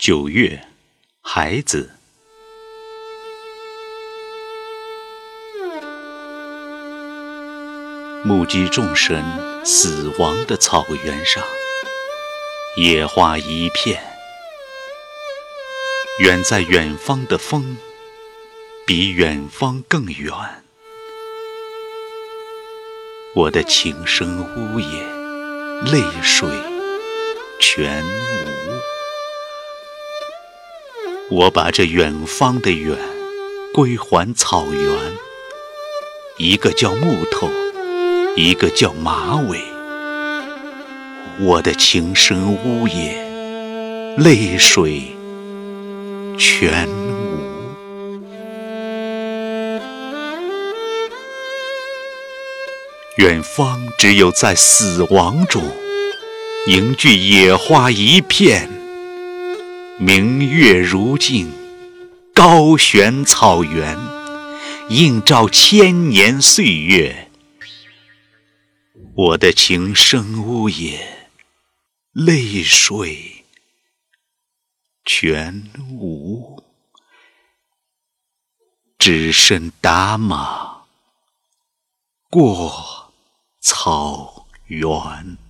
9月，孩子。目击众生死亡的草原上，野花一片。远在远方的风，比远方更远。我的情深呜咽，泪水全无。我把这远方的远归还草原，一个叫木头，一个叫马尾。我的情深呜咽，泪水全无。远方只有在死亡中凝聚野花一片，明月如镜，高悬草原，映照千年岁月。我的情深呜咽，泪水全无，只身打马过草原。